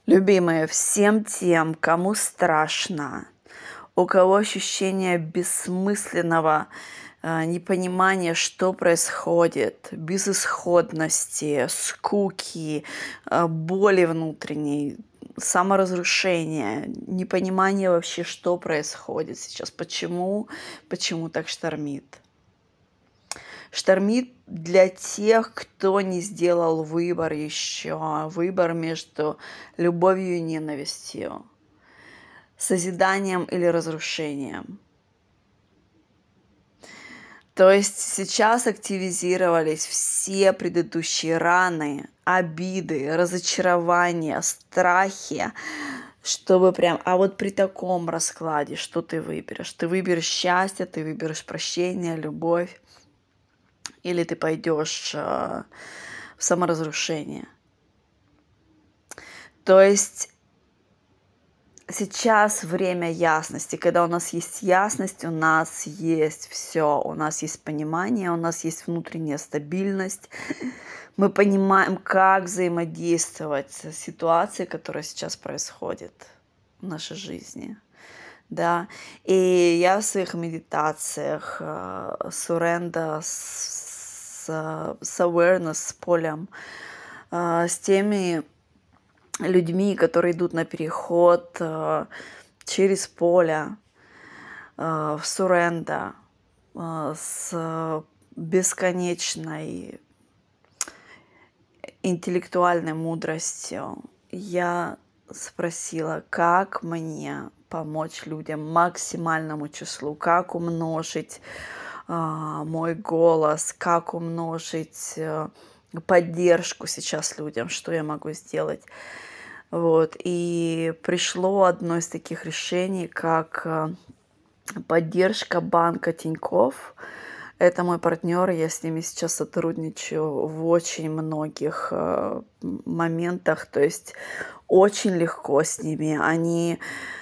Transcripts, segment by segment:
Любимые, всем тем, кому страшно, у кого ощущение бессмысленного непонимания, что происходит, безысходности, скуки, боли внутренней, саморазрушения, непонимания вообще, что происходит сейчас, почему так штормит. Штормит для тех, кто не сделал выбор еще, выбор между любовью и ненавистью, созиданием или разрушением. То есть сейчас активизировались все предыдущие раны, обиды, разочарования, страхи, чтобы прям... А вот при таком раскладе что ты выберешь? Ты выберешь счастье, ты выберешь прощение, любовь, или ты пойдешь в саморазрушение. То есть сейчас время ясности. Когда у нас есть ясность, у нас есть все. У нас есть понимание, у нас есть внутренняя стабильность. Мы понимаем, как взаимодействовать с ситуацией, которая сейчас происходит в нашей жизни. Да, и я в своих медитациях суренда с awareness, с полем, с теми людьми, которые идут на переход через поле, в суренда, с бесконечной интеллектуальной мудростью, я спросила, как мне помочь людям, максимальному числу, как умножить мой голос, как умножить поддержку сейчас людям, что я могу сделать. Вот. И пришло одно из таких решений, как поддержка банка Тинькофф. Это мой партнер, я с ними сейчас сотрудничаю в очень многих моментах, то есть очень легко с ними. Они,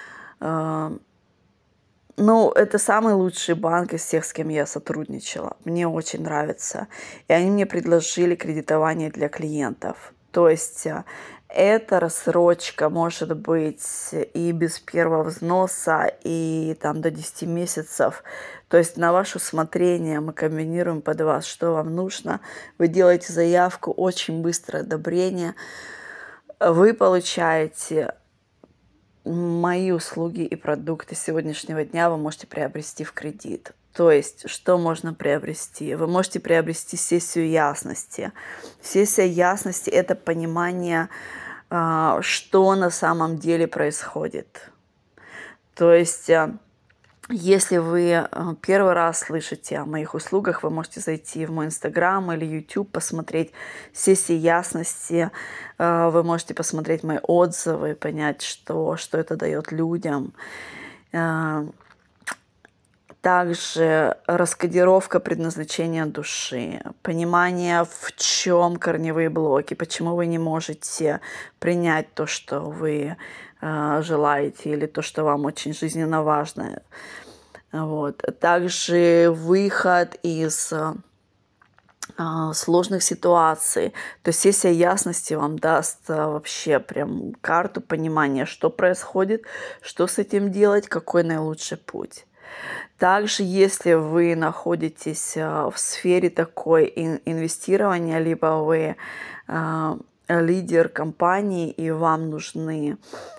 это самый лучший банк из всех, с кем я сотрудничала. Мне очень нравится. И они мне предложили кредитование для клиентов. То есть эта рассрочка может быть и без первого взноса, и там до 10 месяцев. То есть на ваше усмотрение мы комбинируем под вас, что вам нужно. Вы делаете заявку, очень быстрое одобрение. Вы получаете мои услуги и продукты сегодняшнего дня вы можете приобрести в кредит. То есть, что можно приобрести? Вы можете приобрести сессию ясности. Сессия ясности – это понимание, что на самом деле происходит. То есть, если вы первый раз слышите о моих услугах, вы можете зайти в мой Инстаграм или YouTube, посмотреть сессии ясности, вы можете посмотреть мои отзывы, понять, что это дает людям. Также раскодировка предназначения души, понимание, в чем корневые блоки, почему вы не можете принять то, что вы желаете, или то, что вам очень жизненно важно. Вот. Также выход из сложных ситуаций. То есть сессия ясности вам даст вообще прям карту понимания, что происходит, что с этим делать, какой наилучший путь. Также, если вы находитесь в сфере такой инвестирования, либо вы лидер компании и вам нужны...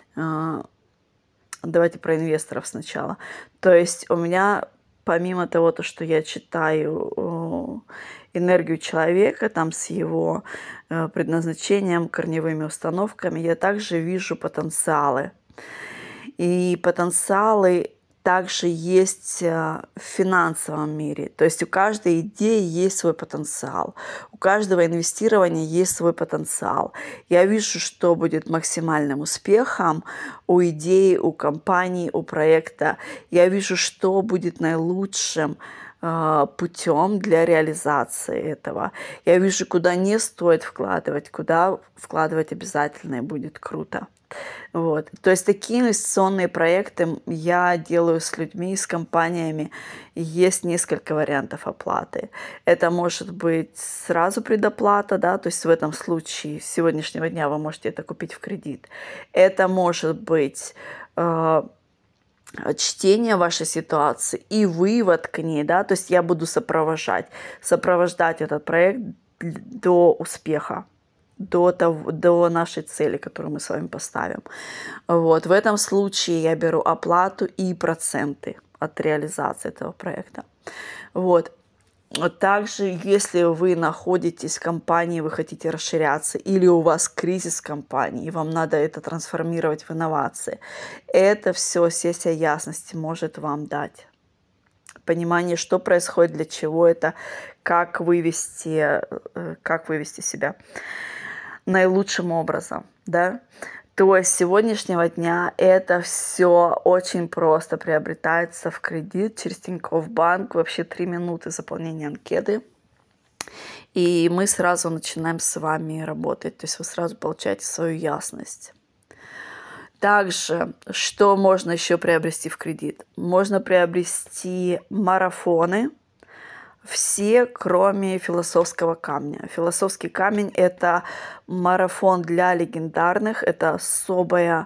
Давайте про инвесторов сначала. То есть у меня, помимо того, что я читаю энергию человека, там с его предназначением, корневыми установками, я также вижу потенциалы. И потенциалы также есть в финансовом мире. То есть у каждой идеи есть свой потенциал. У каждого инвестирования есть свой потенциал. Я вижу, что будет максимальным успехом у идеи, у компании, у проекта. Я вижу, что будет наилучшим путем для реализации этого. Я вижу, куда не стоит вкладывать, куда вкладывать обязательно, и будет круто. Вот. То есть такие инвестиционные проекты я делаю с людьми, с компаниями. Есть несколько вариантов оплаты. Это может быть сразу предоплата, да, то есть в этом случае с сегодняшнего дня вы можете это купить в кредит. Это может быть чтение вашей ситуации и вывод к ней, да, то есть я буду сопровождать этот проект до успеха, до нашей цели, которую мы с вами поставим. Вот. В этом случае я беру оплату и проценты от реализации этого проекта. Вот. Также, если вы находитесь в компании, вы хотите расширяться, или у вас кризис в компании, и вам надо это трансформировать в инновации, это все сессия ясности может вам дать. Понимание, что происходит, для чего это, как вывести себя наилучшим образом, да. То есть с сегодняшнего дня это все очень просто приобретается в кредит через Тинькофф Банк. Вообще 3 минуты заполнения анкеты. И мы сразу начинаем с вами работать. То есть вы сразу получаете свою ясность. Также, что можно еще приобрести в кредит? Можно приобрести марафоны. Все, кроме философского камня. Философский камень – это марафон для легендарных, это особая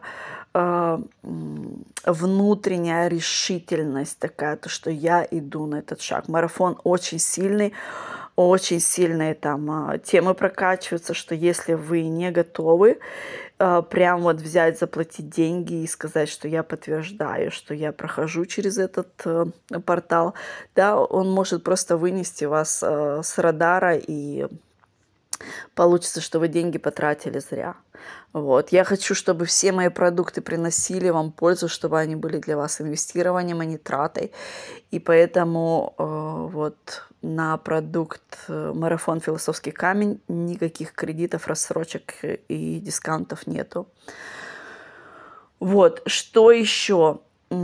внутренняя решительность такая, то, что я иду на этот шаг. Марафон очень сильные там темы прокачиваются, что если вы не готовы прям вот взять, заплатить деньги и сказать, что я подтверждаю, что я прохожу через этот портал, да, он может просто вынести вас с радара, и получится, что вы деньги потратили зря. Вот. Я хочу, чтобы все мои продукты приносили вам пользу, чтобы они были для вас инвестированием, а не тратой. И поэтому вот на продукт «Марафон. Философский камень» никаких кредитов, рассрочек и дисконтов нету. Вот. Что еще?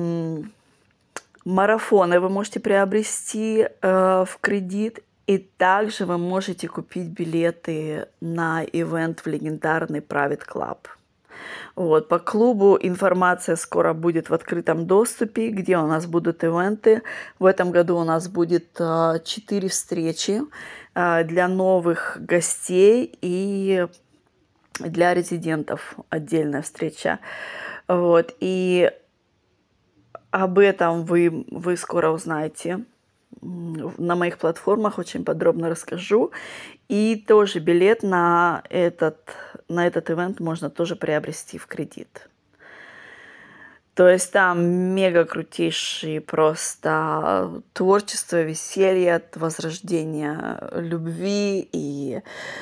Марафоны вы можете приобрести в кредит. И также вы можете купить билеты на ивент в легендарный Private Club. Вот, по клубу информация скоро будет в открытом доступе, где у нас будут ивенты. В этом году у нас будет 4 встречи для новых гостей и для резидентов отдельная встреча. Вот, и об этом вы скоро узнаете. На моих платформах очень подробно расскажу. И тоже билет на этот ивент можно тоже приобрести в кредит. То есть там мега крутейшие просто творчество, веселье, возрождение любви и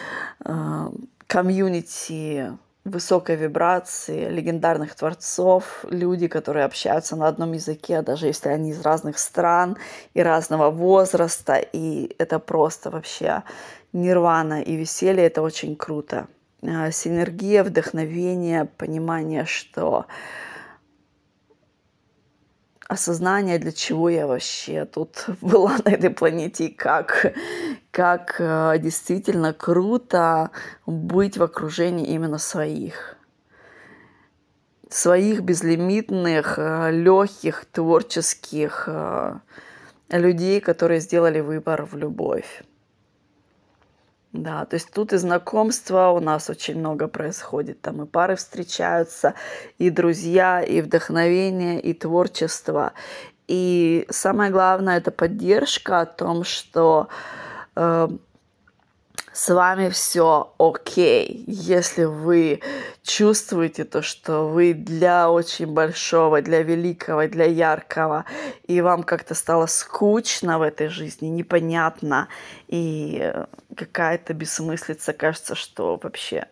комьюнити высокой вибрации, легендарных творцов, люди, которые общаются на одном языке, даже если они из разных стран и разного возраста, и это просто вообще нирвана и веселье, это очень круто. Синергия, вдохновение, понимание, что осознание, для чего я вообще тут была на этой планете, и как действительно круто быть в окружении именно своих безлимитных, легких, творческих людей, которые сделали выбор в любовь. Да, то есть тут и знакомства у нас очень много происходит. Там и пары встречаются, и друзья, и вдохновение, и творчество. И самое главное – это поддержка о том, что с вами все окей. Если вы чувствуете то, что вы для очень большого, для великого, для яркого, и вам как-то стало скучно в этой жизни, непонятно, и какая-то бессмыслица, кажется, что вообще,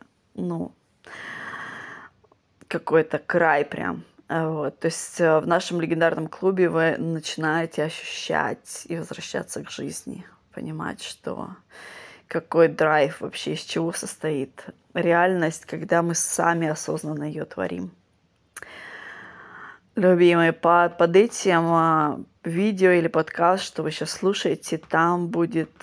какой-то край прям. Вот. То есть в нашем легендарном клубе вы начинаете ощущать и возвращаться к жизни, понимать, что какой драйв вообще, из чего состоит реальность, когда мы сами осознанно ее творим. Любимые, под этим видео или подкаст, что вы сейчас слушаете, там будет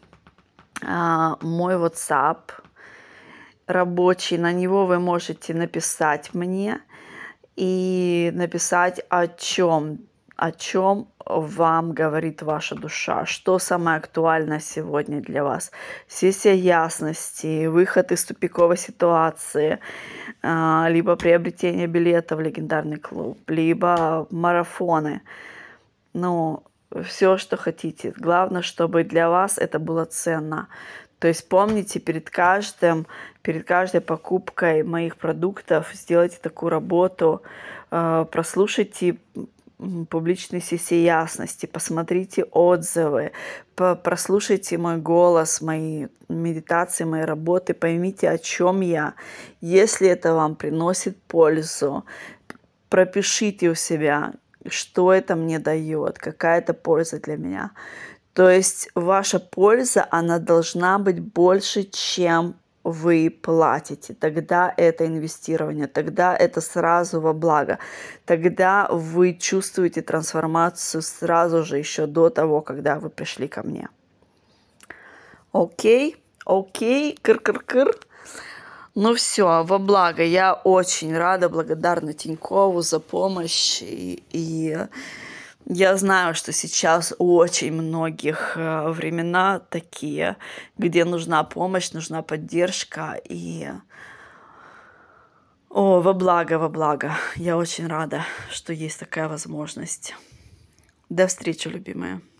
мой WhatsApp рабочий. На него вы можете написать мне и написать, о чем вам говорит ваша душа, что самое актуальное сегодня для вас. Сессия ясности, выход из тупиковой ситуации, либо приобретение билета в легендарный клуб, либо марафоны. Ну, все, что хотите. Главное, чтобы для вас это было ценно. То есть помните, перед каждой покупкой моих продуктов сделайте такую работу, прослушайте публичные сессии ясности, посмотрите отзывы, прослушайте мой голос, мои медитации, мои работы, поймите, о чем я. Если это вам приносит пользу, пропишите у себя, что это мне дает, какая это польза для меня. То есть ваша польза, она должна быть больше, чем вы платите. Тогда это инвестирование, тогда это сразу во благо. Тогда вы чувствуете трансформацию сразу же, еще до того, когда вы пришли ко мне. Окей, кыр-кыр-кыр. Ну все, во благо. Я очень рада, благодарна Тинькову за помощь. И я знаю, что сейчас у очень многих времена такие, где нужна помощь, нужна поддержка. И во благо, во благо. Я очень рада, что есть такая возможность. До встречи, любимые.